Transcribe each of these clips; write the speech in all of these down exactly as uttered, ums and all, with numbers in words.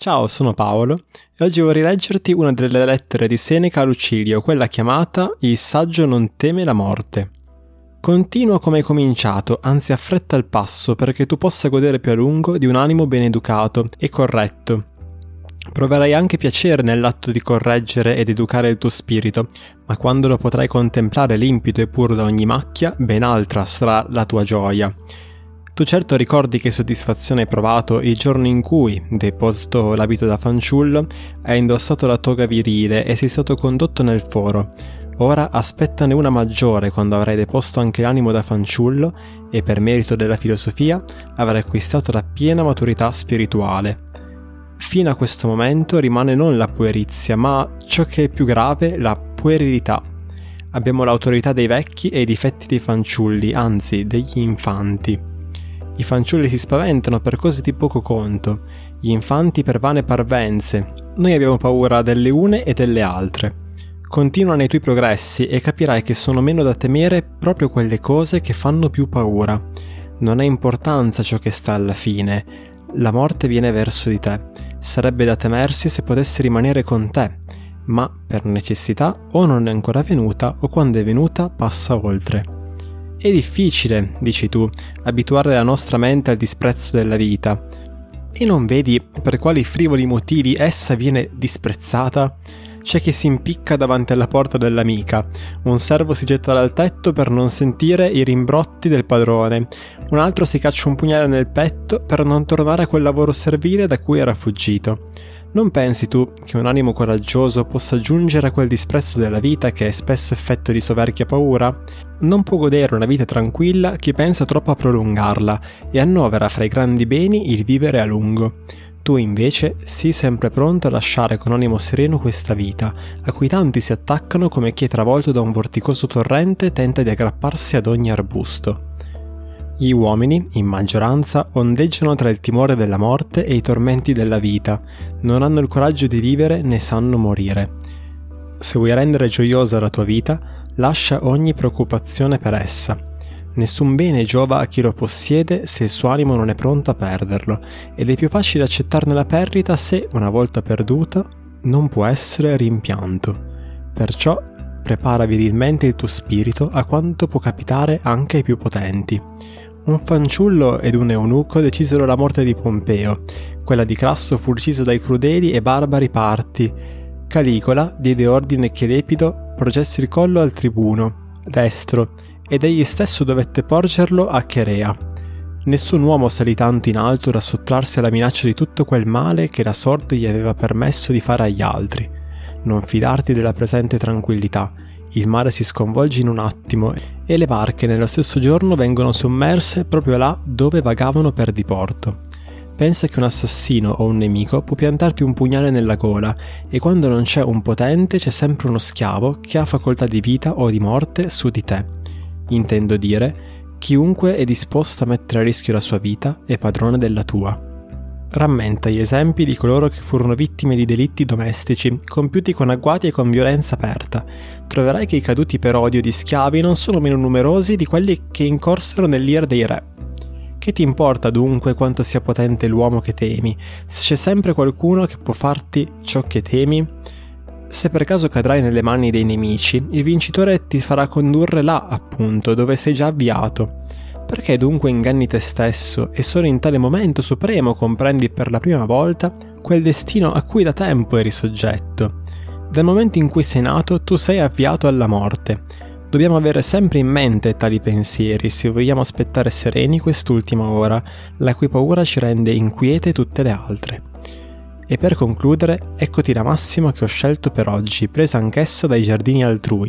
Ciao, sono Paolo e oggi vorrei leggerti una delle lettere di Seneca a Lucilio, quella chiamata Il saggio non teme la morte. Continua come hai cominciato, anzi affretta il passo perché tu possa godere più a lungo di un animo ben educato e corretto. Proverai anche piacere nell'atto di correggere ed educare il tuo spirito, ma quando lo potrai contemplare limpido e puro da ogni macchia, ben altra sarà la tua gioia. Tu certo ricordi che soddisfazione hai provato il giorno in cui, deposto l'abito da fanciullo, hai indossato la toga virile e sei stato condotto nel foro. Ora aspettane una maggiore quando avrai deposto anche l'animo da fanciullo e per merito della filosofia avrai acquistato la piena maturità spirituale. Fino a questo momento rimane non la puerizia, ma ciò che è più grave, la puerilità. Abbiamo l'autorità dei vecchi e i difetti dei fanciulli, anzi degli infanti. I fanciulli si spaventano per cose di poco conto, gli infanti per vane parvenze. Noi abbiamo paura delle une e delle altre. Continua nei tuoi progressi e capirai che sono meno da temere proprio quelle cose che fanno più paura. Non ha importanza ciò che sta alla fine. La morte viene verso di te. Sarebbe da temersi se potesse rimanere con te, ma per necessità o non è ancora venuta o quando è venuta passa oltre. È difficile, dici tu, abituare la nostra mente al disprezzo della vita. E non vedi per quali frivoli motivi essa viene disprezzata? C'è chi si impicca davanti alla porta dell'amica, un servo si getta dal tetto per non sentire i rimbrotti del padrone, un altro si caccia un pugnale nel petto per non tornare a quel lavoro servile da cui era fuggito. Non pensi tu che un animo coraggioso possa giungere a quel disprezzo della vita che è spesso effetto di soverchia paura? Non può godere una vita tranquilla chi pensa troppo a prolungarla e annovera fra i grandi beni il vivere a lungo. Tu invece sii sempre pronto a lasciare con animo sereno questa vita, a cui tanti si attaccano come chi è travolto da un vorticoso torrente tenta di aggrapparsi ad ogni arbusto. Gli uomini, in maggioranza, ondeggiano tra il timore della morte e i tormenti della vita, non hanno il coraggio di vivere né sanno morire. Se vuoi rendere gioiosa la tua vita, lascia ogni preoccupazione per essa. Nessun bene giova a chi lo possiede se il suo animo non è pronto a perderlo, ed è più facile accettarne la perdita se, una volta perduto, non può essere rimpianto. Perciò prepara virilmente il tuo spirito a quanto può capitare anche ai più potenti. Un fanciullo ed un eunuco decisero la morte di Pompeo, quella di Crasso fu uccisa dai crudeli e barbari parti. Caligola diede ordine che Lepido processe il collo al tribuno, destro, ed egli stesso dovette porgerlo a Cherea. Nessun uomo salì tanto in alto da sottrarsi alla minaccia di tutto quel male che la sorte gli aveva permesso di fare agli altri. Non fidarti della presente tranquillità. Il mare si sconvolge in un attimo e le barche nello stesso giorno vengono sommerse proprio là dove vagavano per diporto. Pensa che un assassino o un nemico può piantarti un pugnale nella gola e quando non c'è un potente c'è sempre uno schiavo che ha facoltà di vita o di morte su di te. Intendo dire, chiunque è disposto a mettere a rischio la sua vita è padrone della tua. Rammenta gli esempi di coloro che furono vittime di delitti domestici, compiuti con agguati e con violenza aperta. Troverai che i caduti per odio di schiavi non sono meno numerosi di quelli che incorsero nell'ira dei re. Che ti importa dunque quanto sia potente l'uomo che temi, se c'è sempre qualcuno che può farti ciò che temi? Se per caso cadrai nelle mani dei nemici, il vincitore ti farà condurre là, appunto, dove sei già avviato. Perché dunque inganni te stesso e solo in tale momento supremo comprendi per la prima volta quel destino a cui da tempo eri soggetto? Dal momento in cui sei nato, tu sei avviato alla morte. Dobbiamo avere sempre in mente tali pensieri se vogliamo aspettare sereni quest'ultima ora, la cui paura ci rende inquiete tutte le altre. E per concludere, eccoti la massima che ho scelto per oggi, presa anch'essa dai giardini altrui.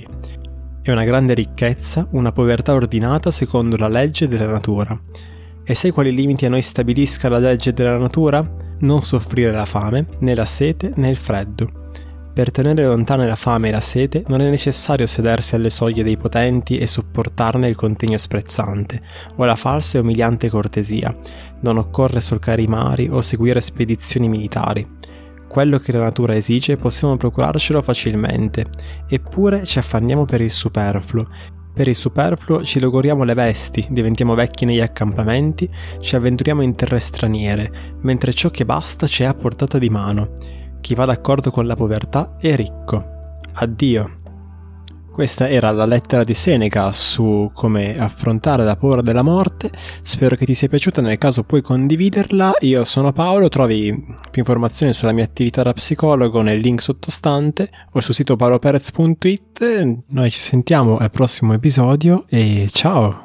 È una grande ricchezza, una povertà ordinata secondo la legge della natura. E sai quali limiti a noi stabilisca la legge della natura? Non soffrire la fame, né la sete, né il freddo. Per tenere lontane la fame e la sete non è necessario sedersi alle soglie dei potenti e sopportarne il contegno sprezzante, o la falsa e umiliante cortesia. Non occorre solcare i mari o seguire spedizioni militari. Quello che la natura esige possiamo procurarcelo facilmente, eppure ci affanniamo per il superfluo, Per il superfluo ci logoriamo le vesti, diventiamo vecchi negli accampamenti, ci avventuriamo in terre straniere, mentre ciò che basta ci è a portata di mano. Chi va d'accordo con la povertà è ricco. Addio. Questa era la lettera di Seneca su come affrontare la paura della morte. Spero che ti sia piaciuta, nel caso puoi condividerla. Io sono Paolo, trovi più informazioni sulla mia attività da psicologo nel link sottostante o sul sito paoloperez punto it. Noi ci sentiamo al prossimo episodio e ciao!